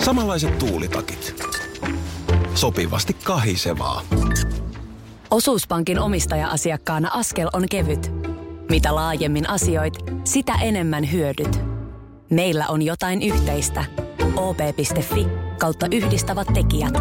Samanlaiset tuulitakit. Sopivasti kahisevaa. Osuuspankin omistaja-asiakkaana askel on kevyt. Mitä laajemmin asioit, sitä enemmän hyödyt. Meillä on jotain yhteistä. op.fi/yhdistävät tekijät.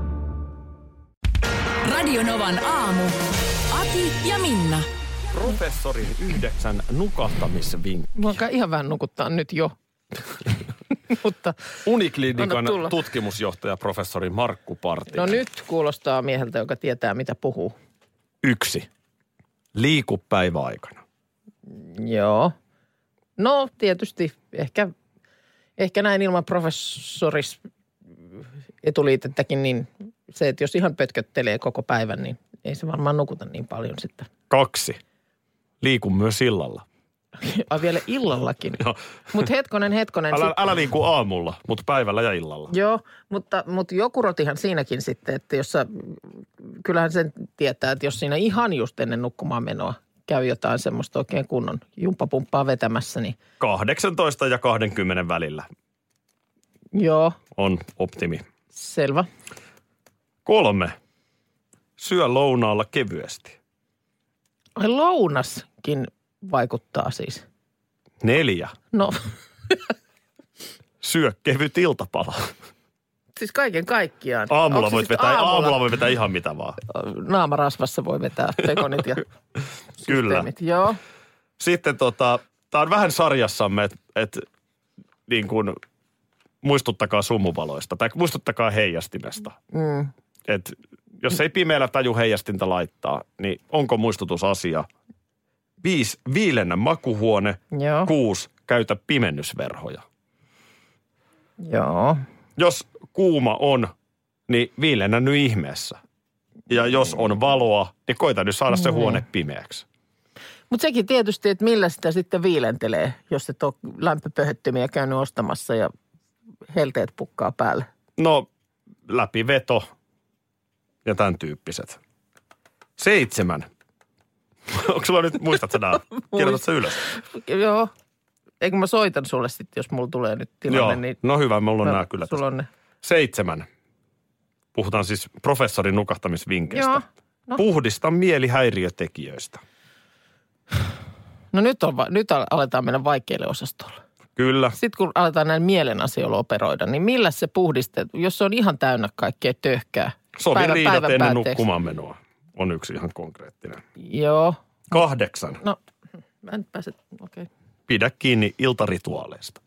Radio Novan aamu. Ati ja Minna. Professorin 9 nukahtamisvinkki. Mä alkaa ihan vähän nukuttaa nyt jo. Mutta Uniklinikan tutkimusjohtaja professori Markku Partinen. No nyt kuulostaa mieheltä, joka tietää mitä puhuu. 1. Liiku päiväaikana. Joo. No tietysti ehkä näin ilman professoris etuliitettäkin, niin se, että jos ihan pötköttelee koko päivän, niin ei se varmaan nukuta niin paljon sitten. 2. Liiku myös illalla. Ai vielä illallakin. Mutta hetkonen. Älä liiku aamulla, mutta päivällä ja illalla. Joo, mutta joku rotihan siinäkin sitten, että kyllähän sen tietää, että jos siinä ihan just ennen nukkumaan menoa käy jotain semmoista oikein kunnon jumppapumppaa vetämässä, niin 18 ja 20 välillä. Joo. On optimi. Selvä. 3. Syö lounaalla kevyesti. Ai lounaskin vaikuttaa siis. 4. No. Syö kevyt iltapala. Siis kaiken kaikkiaan. Aamulla voi vetää ihan mitä vaan. Naamarasvassa voi vetää pekonit ja Kyllä. systeemit. Joo. Sitten tää on vähän sarjassamme, että niin kuin muistuttakaa sumuvaloista tai muistuttakaa heijastimesta. Et jos ei pimeällä taju heijastinta laittaa, niin onko muistutusasia? 5. Viilennä makuhuone. Joo. 6. Käytä pimennysverhoja. Joo. Jos kuuma on, niin viilennä nyt ihmeessä. Ja jos on valoa, niin koita nyt saada se huone pimeäksi. Mutta sekin tietysti, että millä sitä sitten viilentelee, jos et ole lämpöpöhöttymiä käynyt ostamassa ja helteet pukkaa päälle. No, läpiveto ja tämän tyyppiset. 7. Onko sulla nyt, muistatko nämä? Kirjoitatko sä ylös? Joo. Eikö mä soitan sulle sitten, jos mulla tulee nyt tilanne. Joo, niin no hyvä, mulla on nämä kyllä sulla on ne. 7. Puhutaan siis professorin nukahtamisvinkkeistä. Joo. No. Puhdista mieli häiriötekijöistä. No nyt aletaan mennä vaikeille osastolle. Kyllä. Sitten kun aletaan näin mielen asioilla operoida, niin millä se puhdistet, jos se on ihan täynnä kaikkea töhkää? Sovi riidat ennen päätteeksi. nukkumaan menoa. On yksi ihan konkreettinen. Joo. 8. No, mä en pääse, okei. Pidä kiinni iltarituaaleista.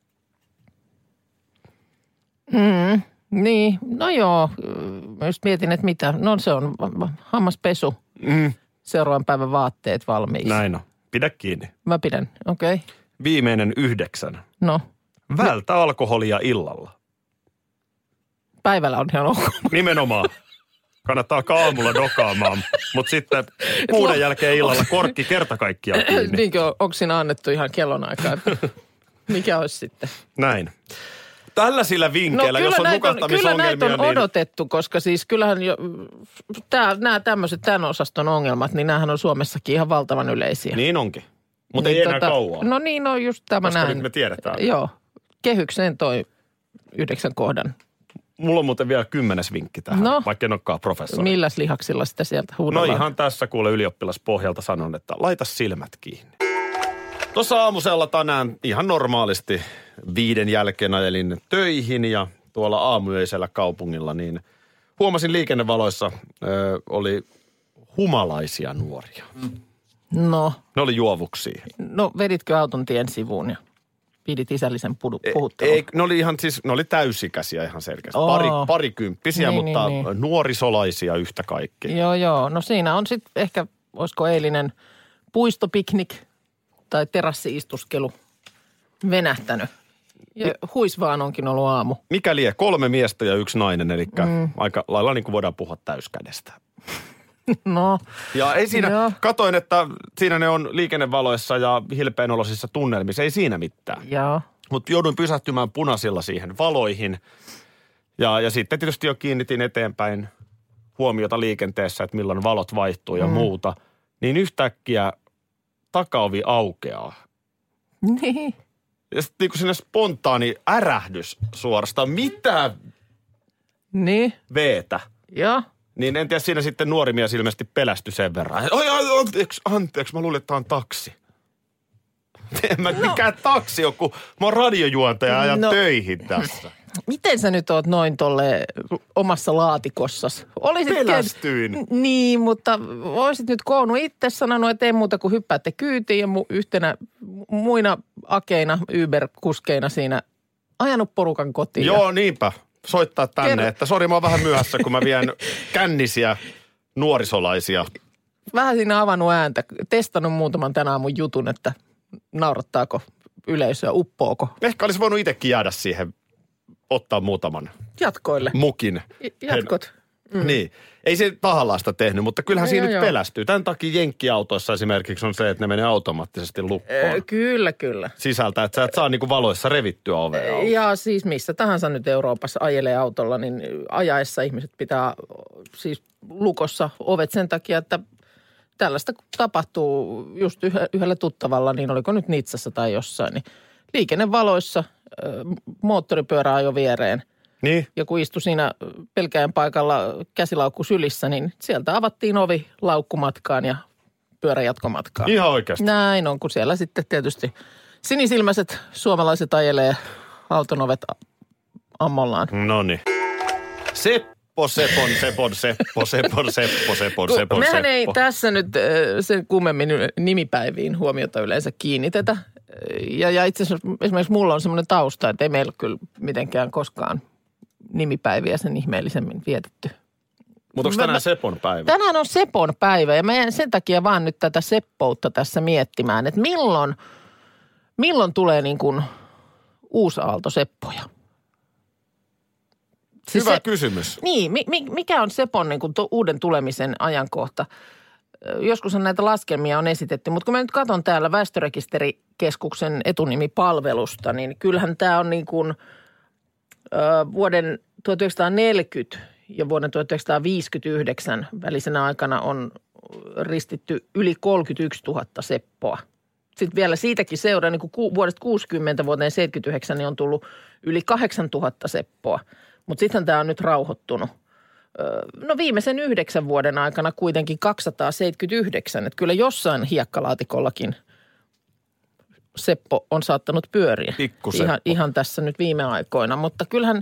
Niin, no joo. Mä just mietin, että mitä. No se on hammaspesu. Seuraavan päivän vaatteet valmiiksi. Näin on. Pidä kiinni. Mä pidän, okei. Viimeinen 9. No. Vältä alkoholia illalla. Päivällä on ihan ok. Nimenomaan. Kannattaa alkaa aamulla dokaamaan, mutta sitten 6 jälkeen illalla korkki kerta kaikkiaan kiinni. Niinkö, onko siinä annettu ihan kellonaikaa? Mikä olisi sitten? Näin. Tällaisilla vinkkeillä, jos on nukahtamisongelmia, kyllä näitä on niin odotettu, koska siis kyllähän nämä tämmöiset tämän osaston ongelmat, niin näähän on Suomessakin ihan valtavan yleisiä. Niin onkin, mutta ei enää kauan. No niin, no just tämä koska näin. nyt me tiedetään. Joo, kehykseen toi 9 kohdan. Mulla on muuten vielä 10. vinkki tähän, vaikka en olekaan professori. Milläs lihaksilla sitä sieltä huudellaan? No ihan tässä kuule ylioppilaspohjalta sanon, että laita silmät kiinni. Tuossa aamusella tänään ihan normaalisti 5 jälkeen ajelin töihin ja tuolla aamuyöisellä kaupungilla, niin huomasin liikennevaloissa oli humalaisia nuoria. No. Ne oli juovuksia. No veditkö auton tien sivuun ja pidit isällisen puhuttelun? Ei, ne oli täysikäisiä ihan selkeästi. Parikymppisiä, mutta niin. Nuorisolaisia yhtä kaikki. Joo. No siinä on sitten ehkä, olisiko eilinen puistopiknik tai terassi-istuskelu venähtänyt. Ja huis vaan onkin ollut aamu. Mikä lie 3 miestä ja 1 nainen, eli aika lailla niin kuin voidaan puhua täyskädestä. No. Ja ei siinä, katoin, että siinä ne on liikennevaloissa ja hilpeenoloisissa tunnelmissa, ei siinä mitään. Joo. Mutta jouduin pysähtymään punaisilla siihen valoihin ja sitten tietysti jo kiinnitin eteenpäin huomiota liikenteessä, että milloin valot vaihtuu ja muuta. Niin yhtäkkiä takaovi aukeaa. Niin. Ja sitten niin sinne spontaani ärähdys suorastaan. Mitä Niin, veetä? joo. Niin en tiedä, siinä sitten nuori mies ilmeisesti pelästyi sen verran. Oi, anteeksi, mä luulin, että tää on taksi. En mä mikään taksi ole, kun mä oon radiojuontaja ja ajan töihin tässä. Miten sä nyt oot noin tolle omassa laatikossas? Pelästyin. Niin, mutta voisit nyt Koonu itse sanonut, että ei muuta kuin hyppäätte kyytiin ja yhtenä muina akeina, Uber-kuskeina siinä ajanut porukan kotiin. Joo, niinpä. Soittaa tänne, että sori, mä oon vähän myöhässä, kun mä vien kännisiä nuorisolaisia. Vähän siinä avannut ääntä, testannut muutaman tänä aamun jutun, että naurattaako yleisöä, uppoako. Ehkä olisi voinut itsekin jäädä siihen, ottaa muutaman Jatkoille. mukin. Jatkot. Niin. Ei se tahallaista tehnyt, mutta kyllähän siinä nyt joo. pelästyy. Tämän takia jenkkiautoissa esimerkiksi on se, että ne menee automaattisesti lukkoon Kyllä. sisältä, että sä et saa niinku valoissa revittyä ovea auki. Ja siis missä tahansa nyt Euroopassa ajelee autolla, niin ajaessa ihmiset pitää siis lukossa ovet sen takia, että tällaista tapahtuu just yhdellä tuttavalla, niin oliko nyt Nitsassa tai jossain, niin liikennevaloissa moottoripyörä ajoi viereen. Niin? Ja kun istui siinä pelkäjän paikalla käsilaukku sylissä, niin sieltä avattiin ovi laukkumatkaan ja pyörä jatkomatkaan. Ihan oikeasti. Näin on, kun siellä sitten tietysti sinisilmäiset suomalaiset ajelee auton ovet ammollaan. Noniin. Seppo. Mehän ei tässä nyt sen kummemmin nimipäiviin huomiota yleensä kiinnitetä. Ja itse asiassa esimerkiksi mulla on semmoinen tausta, että ei meillä kyllä mitenkään koskaan nimipäiviä sen ihmeellisemmin vietetty. Mutta onko tänään Sepon päivä? Tänään on Sepon päivä ja mä jään sen takia vaan nyt tätä seppoutta tässä miettimään, että milloin tulee niin kuin uusi aalto seppoja? Siis Hyvä kysymys. Niin, mikä on Sepon niin kuin uuden tulemisen ajankohta? Joskushan näitä laskelmia on esitetty, mutta kun mä nyt katson täällä Väestörekisterikeskuksen etunimipalvelusta, niin kyllähän tämä on niin kuin vuoden 1940 ja vuoden 1959 välisenä aikana on ristitty yli 31 000 seppoa. Sitten vielä siitäkin seuraa, niin kuin vuodesta 60 vuoteen 79 niin on tullut yli 8 000 seppoa. Mutta sittenhän tämä on nyt rauhoittunut. No viimeisen 9 vuoden aikana kuitenkin 279. Että kyllä jossain hiekkalaatikollakin seppo on saattanut pyöriä. Ihan tässä nyt viime aikoina. Mutta kyllähän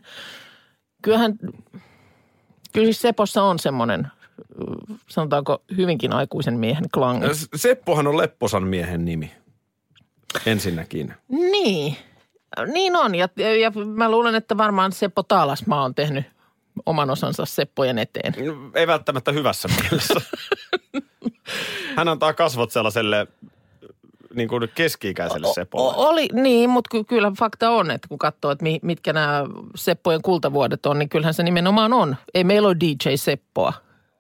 siis Sepossa on semmoinen, sanotaanko hyvinkin aikuisen miehen klangi. Seppohan on lepposan miehen nimi. Ensinnäkin. Niin on. Ja mä luulen, että varmaan Seppo Taalasmaa on tehnyt oman osansa seppojen eteen. Ei välttämättä hyvässä mielessä. Hän antaa kasvot sellaiselle niin kuin keski-ikäiselle Sepolle. Niin, mutta kyllä fakta on, että kun katsoo, että mitkä nämä Seppojen kultavuodet on, niin kyllähän se nimenomaan on. Ei meillä ole DJ Seppoa.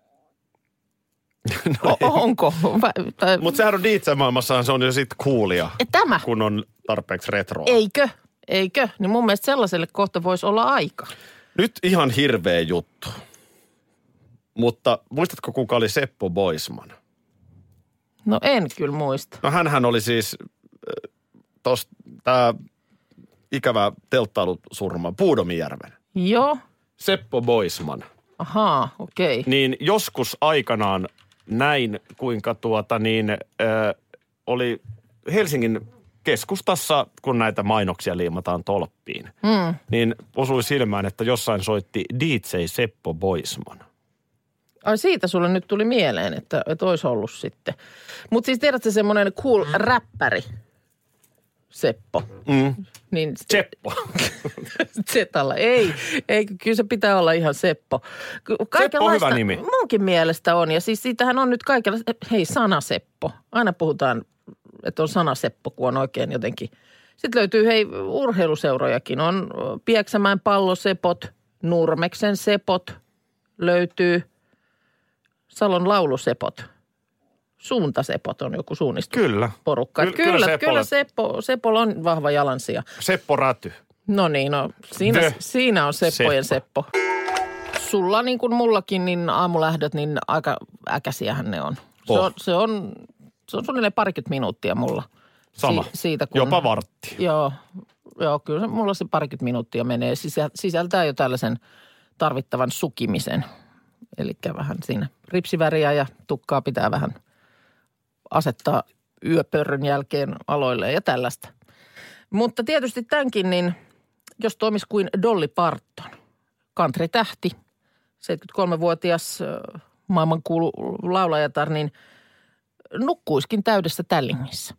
No onko? Mutta sehän on DJ-maailmassahan se on jo sitten coolia, Tämä? kun on tarpeeksi retroa. Eikö? Niin mun mielestä sellaiselle kohta voisi olla aika. Nyt ihan hirveä juttu. Mutta muistatko, kuka oli Seppo Boisman? No en kyllä muista. No hänhän oli siis tämä ikävä telttailusurma Puudomijärven. Joo. Seppo Boisman. Ahaa, okei. Niin joskus aikanaan näin, kuinka oli Helsingin keskustassa, kun näitä mainoksia liimataan tolppiin, niin osui silmään, että jossain soitti DJ Seppo Boisman. Ai siitä sulle nyt tuli mieleen, että olisi ollut sitten. Mutta siis tiedätkö semmoinen cool räppäri, Seppo? Niin, Seppo. Zetalla. Ei, kyllä se pitää olla ihan Seppo. Seppo on hyvä nimi. Munkin mielestä on. Ja siis siitähän on nyt kaikenlaista, hei sana Seppo. Aina puhutaan, että on sana Seppo, kun on oikein jotenkin. Sitten löytyy urheiluseurojakin. On Pieksämäen Pallosepot, Nurmeksen Sepot löytyy, Salon Laulusepot. Suuntasepot on joku suunnistusporukka. Kyllä Seppolla on vahva jalansija. Seppo Räty. No niin, siinä on Seppojen Seppo. Sulla niin kuin mullakin, niin aamulähdöt, niin aika äkäisiähän ne on. Se on suunnilleen 20 minuuttia mulla Sama. Siitä, kun, jopa vartti. Joo, kyllä mulla se parikymmentä minuuttia menee. Sisältää jo tällaisen tarvittavan sukimisen. Eli vähän siinä ripsiväriä ja tukkaa pitää vähän asettaa yöpörryn jälkeen aloilleen ja tällaista. Mutta tietysti tämänkin, niin jos toimisi kuin Dolly Parton, country-tähti, 73-vuotias maailmankuulu laulajatar, niin nukkuiskin täydessä tällingissä.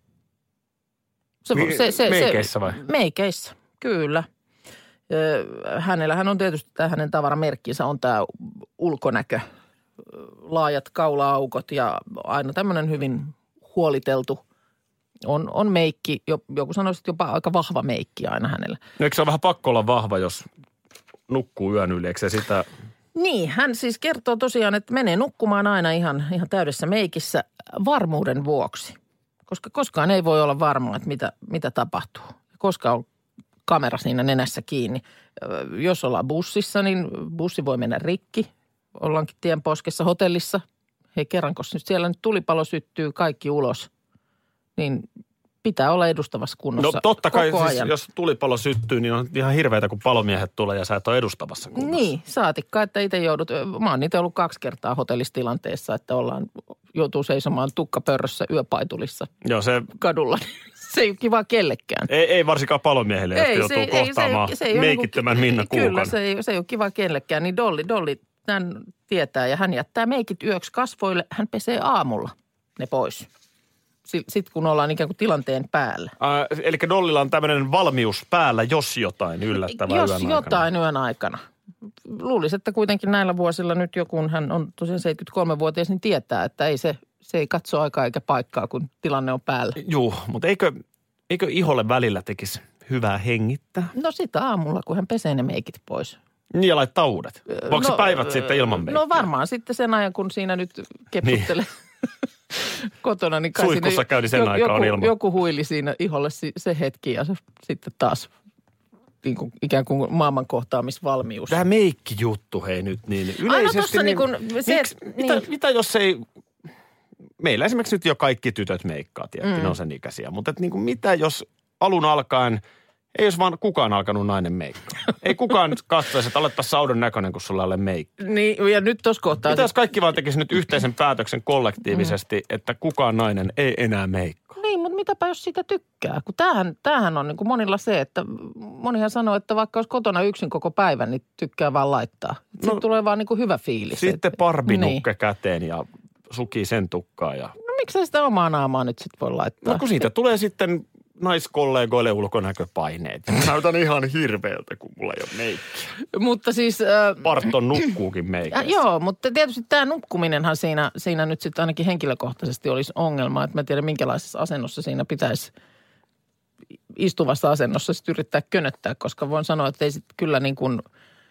Meikeissä vai? Meikeissä, kyllä. Hänellähän on tietysti tämä hänen tavaramerkkinsä on tämä ulkonäkö, laajat kaula-aukot ja aina tämmöinen hyvin huoliteltu on meikki. Joku sanoisi, että jopa aika vahva meikki aina hänellä. No eikö se ole vähän pakko olla vahva, jos nukkuu yön yli, eikö se sitä? Niin, hän siis kertoo tosiaan, että menee nukkumaan aina ihan täydessä meikissä varmuuden vuoksi. Koska koskaan ei voi olla varma, että mitä tapahtuu. Koska on kamera siinä nenässä kiinni. Jos ollaan bussissa, niin bussi voi mennä rikki. Ollaankin tienposkessa hotellissa. Hei kerranko siellä nyt tulipalo syttyy kaikki ulos, niin pitää olla edustavassa kunnossa. No totta kai, koko siis, ajan. jos tulipalo syttyy, niin on ihan hirveätä, kun palomiehet tulee ja sä et ole edustavassa kunnossa. Niin, saatikka, että itse joudut. Mä oon itse ollut 2 kertaa hotellistilanteessa, että joutuu seisomaan tukkapörrössä yöpaitulissa kadulla. Se ei ole kivaa kellekään. Ei varsinkaan palomiehille, jotka joutuu kohtaamaan meikittömän Minna Kuukan. Kyllä, se ei ole kivaa kellekään. Niin Dolly tämän tietää ja hän jättää meikit yöksi kasvoille. Hän pesee aamulla ne pois. Sitten kun ollaan ikään kuin tilanteen päällä. Eli Dollilla on tämmöinen valmius päällä, jos jotain yllättävää yön aikana. Jos jotain yön aikana. Luulisi, että kuitenkin näillä vuosilla nyt joku, hän on tosiaan 73-vuotias, niin tietää, että se ei katso aikaa eikä paikkaa, kun tilanne on päällä. Juu, mutta eikö iholle välillä tekisi hyvää hengittää? No sitä aamulla, kun hän pesee ne meikit pois. Niin ja laittaa uudet. Voiko se päivät sitten ilman meikkiä? No varmaan sitten sen ajan, kun siinä nyt kepsuttelee kotona. Niin suihkussa käy sen aikaa on ilman. Joku huili siinä iholle se hetki ja sitten taas niin kuin, ikään kuin maailman kohtaamisvalmius. Tämä meikkijuttu hei nyt niin yleisesti. Mitä jos ei, meillä esimerkiksi nyt jo kaikki tytöt meikkaa, tietysti, ne on sen ikäisiä. Mutta niin kuin, mitä jos alun alkaen, ei jos vaan kukaan alkanut nainen meikkaa. Ei kukaan katsoisi, että oletpa saudon näköinen, kun sulla ei ole meikki. Niin, ja nyt tuossa kohtaa. Mitä jos kaikki vaan tekisi nyt yhteisen päätöksen kollektiivisesti, että kukaan nainen ei enää meikkaa? Niin, mutta mitäpä jos siitä tykkää? Kun tämähän on niin kuin monilla se, että monihan sanoo, että vaikka olisi kotona yksin koko päivän, niin tykkää vaan laittaa. Sitten tulee vaan niin kuin hyvä fiilis. Sitten barbinukke käteen ja sukii sen tukkaa. Ja no miksei sitä omaa naamaa nyt sitten voi laittaa? No kun siitä tulee sitten naiskollegoille ulkonäköpaineet. Näytän ihan hirveältä, kun mulla ei ole meikkiä. Mutta siis Parton nukkuukin meikässä. Joo, mutta tietysti tämä nukkuminenhan siinä nyt sitten ainakin henkilökohtaisesti olisi ongelma. Että mä tiedän, minkälaisessa asennossa siinä pitäisi istuvassa asennossa sitten yrittää könöttää. Koska voin sanoa, että ei sitten kyllä niin kuin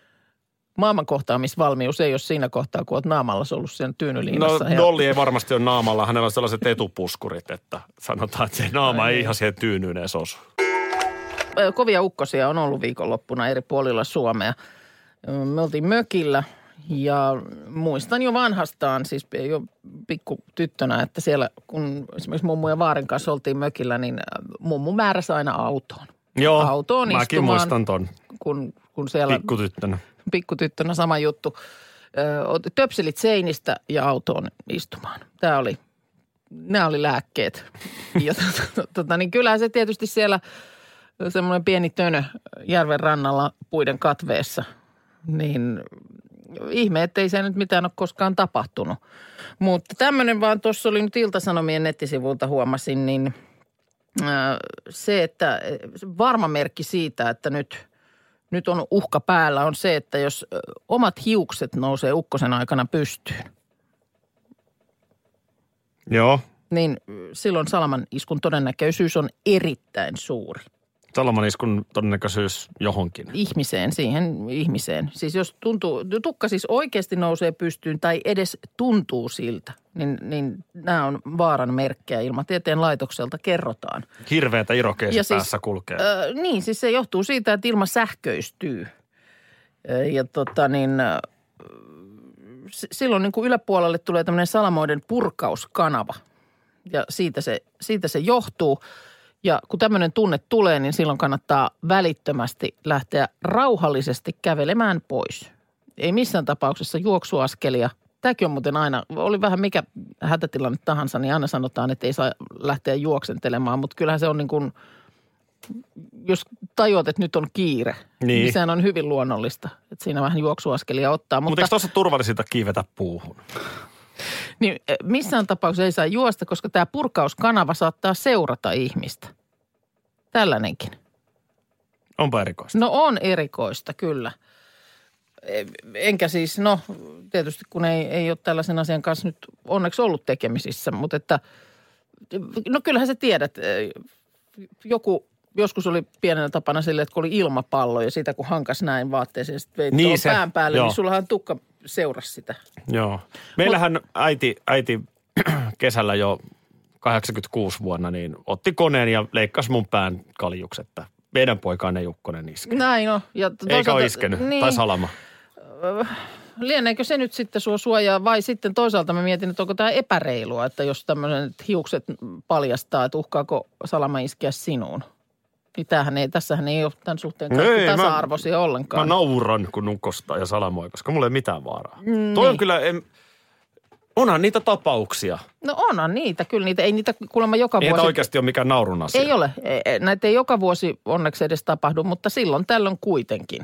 maailmankohtaamisvalmius ei ole siinä kohtaa, kun olet naamalla ollut sen tyynyliinassa. No Dolly ei varmasti ole naamalla. Hänellä on sellaiset etupuskurit, että sanotaan, että se naama ei ihan siihen tyynyyn edes osu. Kovia ukkosia on ollut viikonloppuna eri puolilla Suomea. Me oltiin mökillä ja muistan jo vanhastaan, siis jo pikkutyttönä, että siellä kun esimerkiksi mummu ja vaaren kanssa oltiin mökillä, niin mummu määräsi aina autoon. Joo, autoon mäkin istumaan, muistan ton. Kun siellä pikkutyttönä sama juttu. Töpselit seinistä ja autoon istumaan. Nämä oli lääkkeet. Ja niin kyllähän se tietysti siellä semmoinen pieni tönö järven rannalla puiden katveessa, niin ihme, ettei se nyt mitään ole koskaan tapahtunut. Mutta tämmöinen vaan tuossa oli nyt Ilta-Sanomien nettisivulta huomasin, niin se, että varma merkki siitä, että nyt on uhka päällä, on se, että jos omat hiukset nousee ukkosen aikana pystyyn. Joo. Niin silloin salamaaniskun todennäköisyys on erittäin suuri. Salamaaniskun todennäköisyys johonkin. Siihen ihmiseen. Siis jos tukka siis oikeasti nousee pystyyn tai edes tuntuu siltä, niin nämä on vaaran merkkejä. Ilmatieteen laitokselta kerrotaan. Hirveätä irokeesi päässä kulkee. Niin, siis se johtuu siitä, että ilma sähköistyy. Ja silloin niin kuin yläpuolelle tulee tämmöinen salamoiden purkauskanava. Ja siitä se johtuu. Ja kun tämmöinen tunne tulee, niin silloin kannattaa välittömästi lähteä rauhallisesti kävelemään pois. Ei missään tapauksessa juoksuaskelia. Tämäkin on muuten aina, oli vähän mikä hätätilanne tahansa, niin aina sanotaan, että ei saa lähteä juoksentelemaan. Mutta kyllähän se on niin kuin, jos tajuat, että nyt on kiire, niin sehän on hyvin luonnollista, että siinä vähän juoksuaskelia ottaa. Mutta eikö tuossa turvallisinta kiivetä puuhun? Niin missään tapauksessa ei saa juosta, koska tämä purkauskanava saattaa seurata ihmistä. Tällainenkin. Onpa erikoista. No on erikoista, kyllä. Enkä siis, no tietysti kun ei ole tällaisen asian kanssa nyt onneksi ollut tekemisissä, mutta että, no kyllähän sä tiedät, joskus oli pienenä tapana silleen, että kun oli ilmapallo ja sitä kun hankas näin vaatteeseen ja sitten veit niin pään päälle, niin sullahan tukka seurasi sitä. Joo. Meillähän äiti kesällä jo 86 vuonna niin otti koneen ja leikkasi mun pään kaljukset. Meidän poikainen Jukkonen iski. Näin on. Ja eikä ole iskenyt, niin, tai salama. Lieneekö se nyt sitten sua suojaa vai sitten toisaalta mä mietin, että onko tämä epäreilua, että jos tämmöiset hiukset paljastaa, että uhkaako salama iskeä sinuun. Niin tässähän ei ole tämän suhteen kaikki tasa-arvoisia ollenkaan. Mä nauran, kun nunkostaa ja salamoi, koska mulla ei mitään vaaraa. Toi on kyllä, onhan niitä tapauksia. No onhan niitä, kyllä niitä. Ei niitä kuulemma joka vuosi. Ei oikeasti ole mikään naurun asia. Ei ole. Näitä ei joka vuosi onneksi edes tapahdu, mutta silloin tällöin kuitenkin.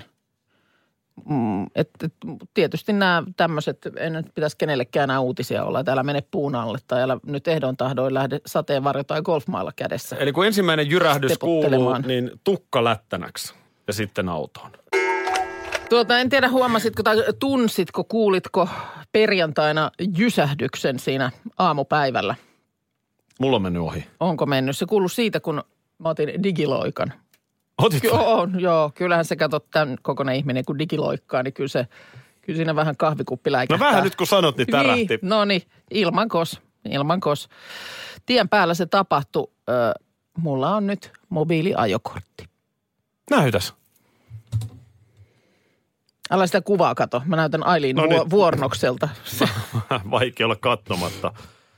Tietysti nämä tämmöiset, ei nyt pitäisi kenellekään enää uutisia olla, että älä mene puun alle tai älä nyt ehdoin tahdoin lähde sateenvarjo tai golfmailla kädessä. Eli kun ensimmäinen jyrähdys kuuluu, niin tukka lättänäksi ja sitten autoon. En tiedä huomasitko tai tunsitko, kuulitko perjantaina jysähdyksen siinä aamupäivällä? Mulla on mennyt ohi. Onko mennyt? Se kuului siitä, kun mä otin digiloikan. Otitko? Joo. Kyllähän se katsot tämän kokoinen ihminen, kun digiloikkaa, niin kyllä siinä vähän kahvikuppi läikähtää. No vähän nyt kun sanot, niin tärähti. Niin, no niin, ilman kos. Tien päällä se tapahtui. Mulla on nyt mobiiliajokortti. Näytäs. Älä sitä kuvaa kato. Mä näytän Ailiin Vuornokselta. Vaikea olla katsomatta.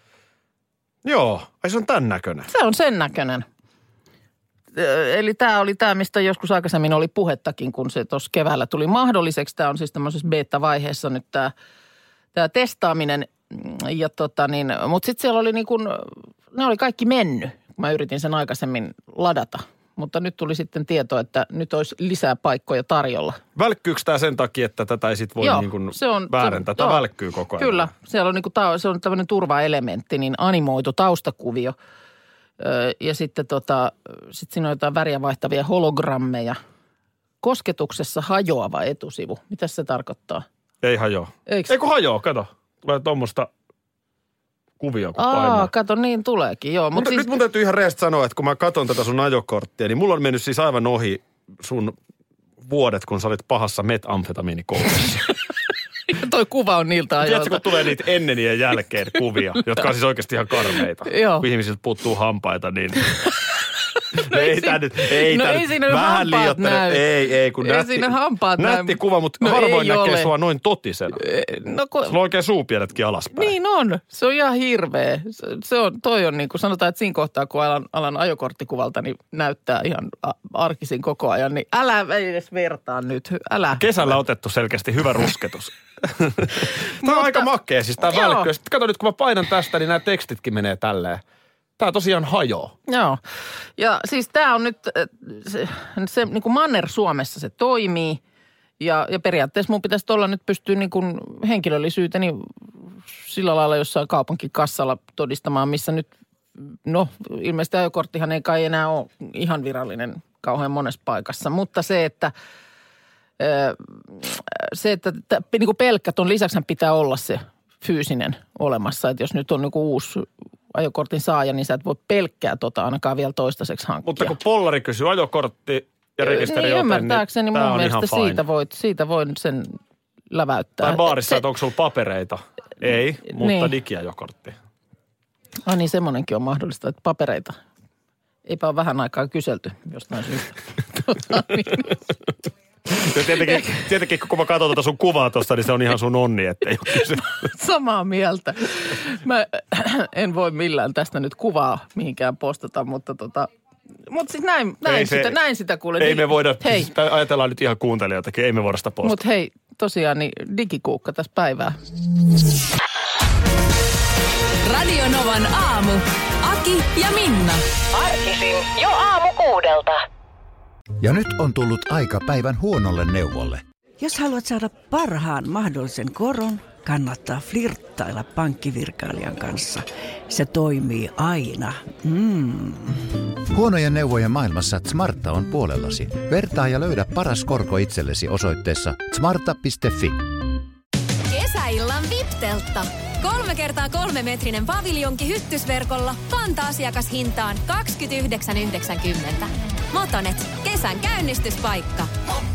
Joo, ai se on tämän näköinen. Se on sen näköinen. Eli tämä oli tämä, mistä joskus aikaisemmin oli puhettakin, kun se tuossa keväällä tuli mahdolliseksi. Tämä on siis tämmöisessä beta-vaiheessa nyt tämä testaaminen. Ja mutta sitten siellä oli niin kuin, ne oli kaikki mennyt. Mä yritin sen aikaisemmin ladata. Mutta nyt tuli sitten tieto, että nyt olisi lisää paikkoja tarjolla. Välkkyykö tämä sen takia, että tätä ei sitten voi niin kuin väärentää? Tämä välkkyy koko ajan. Kyllä. Siellä on, niin kuin, se on tämmöinen turvaelementti, niin animoitu taustakuvio. Ja sitten sit siinä on jotain väriä vaihtavia hologrammeja. Kosketuksessa hajoava etusivu. Mitä se tarkoittaa? Ei hajoa. Ei kun hajoa, kato. Tulee tuommoista kuvia, kun painaa. Kato, niin tuleekin, joo. Mutta siis nyt mun täytyy ihan reesti sanoa, että kun mä katson tätä sun ajokorttia, niin mulla on mennyt siis aivan ohi sun vuodet, kun sä olit pahassa metamfetamiinikoulussa. Toi kuva on niiltä ajoilta. Tiedätkö, kun tulee niitä ennen ja jälkeen kuvia, jotka on siis oikeasti ihan karmeita. Joo. Kun ihmisiltä puuttuu hampaita, niin No ei siinä vähän hampaat näy. Ei, kun nätti kuva, mutta harvoin näkee sua noin totisena. Sulla on oikein suupieletkin alaspäin. Niin on. Se on ihan hirveä. Toi on niin kuin sanotaan, että siinä kohtaa, kun alan ajokorttikuvalta, niin näyttää ihan arkisin koko ajan. Niin älä edes vertaa nyt. Älä. Kesällä otettu selkeästi hyvä rusketus. Tämä on aika makea siis tämä välkky. Sitten kato nyt, kun mä painan tästä, niin nämä tekstitkin menee tälleen. Tämä tosiaan hajoaa. Joo. Ja siis tämä on nyt, se niin kuin Manner-Suomessa se toimii. Ja periaatteessa mun pitäisi olla nyt pystyä niin kuin henkilöllisyyteni sillä lailla jossain kaupunkikassalla todistamaan, missä nyt, no ilmeisesti ajokorttihan ei kai enää ole ihan virallinen kauhean monessa paikassa. Mutta se, että niin kuin pelkkä ton lisäksi pitää olla se fyysinen olemassa. Että jos nyt on niin uusi ajokortin saaja, niin sä et voi pelkkää ainakaan vielä toistaiseksi hankkia. Mutta kun pollari kysyy ajokortti ja rekisteri niin ymmärtääkseni mun mielestä siitä voi sen läväyttää. Tai baarissa, että onko sulla papereita? Ei, mutta niin. Digiajokortti. Niin semmoinenkin on mahdollista, että papereita. Eipä ole vähän aikaa kyselty jostain syystä. Tietenkin, kun mä katson sun kuvaa tuosta, niin se on ihan sun onni, ettei ole kyse. Samaa mieltä. Mä en voi millään tästä nyt kuvaa mihinkään postata, mutta Mutta siis näin sitä kuulen. Ei me voida, ajatellaan nyt ihan kuuntelijoitakin, ei me voida sitä postaa. Mutta hei, tosiaan niin digikuukka tässä päivää. Radio Novan aamu. Aki ja Minna. Arkisin jo aamu 6:00. Ja nyt on tullut aika päivän huonolle neuvolle. Jos haluat saada parhaan mahdollisen koron, kannattaa flirttailla pankkivirkailijan kanssa. Se toimii aina. Huonojen neuvojen maailmassa Smarta on puolellasi. Vertaa ja löydä paras korko itsellesi osoitteessa smarta.fi. Kesäillan VIP-teltta. 3x3 metrinen paviljonki hyttysverkolla kanta-asiakashintaan 29,90. Motonet, kesän käynnistyspaikka.